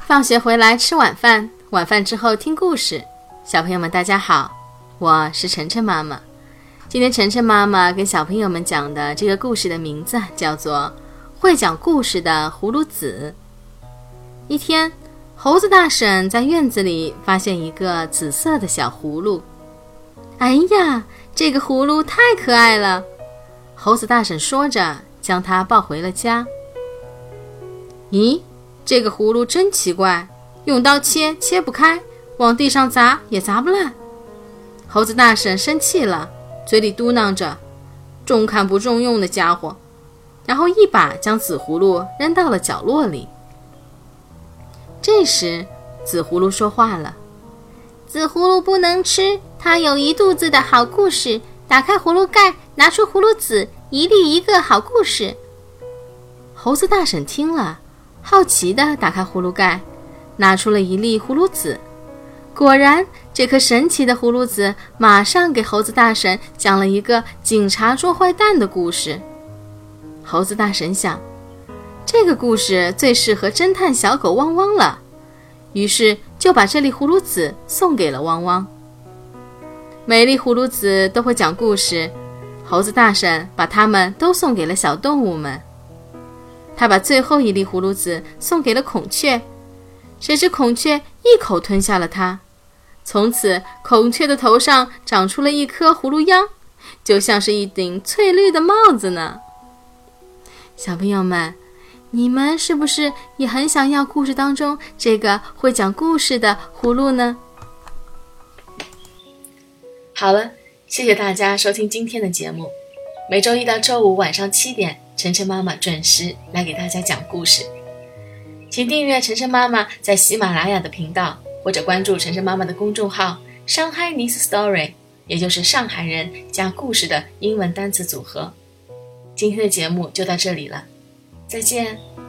放学回来吃晚饭，晚饭之后听故事。小朋友们大家好，我是晨晨妈妈。今天晨晨妈妈跟小朋友们讲的这个故事的名字叫做会讲故事的葫芦籽。一天，猴子大婶在院子里发现一个紫色的小葫芦。哎呀，这个葫芦太可爱了，猴子大婶说着将它抱回了家。咦，这个葫芦真奇怪，用刀切切不开，往地上砸也砸不烂。猴子大婶生气了，嘴里嘟囔着，重看不重用的家伙，然后一把将紫葫芦扔到了角落里。这时紫葫芦说话了， 紫葫芦不能吃，它有一肚子的好故事，打开葫芦盖，拿出葫芦籽，一粒一个好故事。 猴子大婶听了，好奇地打开葫芦盖，拿出了一粒葫芦籽。果然，这颗神奇的葫芦籽马上给猴子大婶讲了一个警察捉坏蛋的故事。猴子大婶想，这个故事最适合侦探小狗汪汪了，于是就把这粒葫芦籽送给了汪汪。每粒葫芦籽都会讲故事，猴子大婶把它们都送给了小动物们。他把最后一粒葫芦籽送给了孔雀，谁知孔雀一口吞下了它。从此孔雀的头上长出了一颗葫芦秧，就像是一顶翠绿的帽子呢。小朋友们，你们是不是也很想要故事当中这个会讲故事的葫芦呢？好了，谢谢大家收听今天的节目。每周一到周五晚上7点，晨晨妈妈准时来给大家讲故事。请订阅晨晨妈妈在喜马拉雅的频道，或者关注晨晨妈妈的公众号上海 Nice Story， 也就是上海人加故事的英文单词组合。今天的节目就到这里了，再见。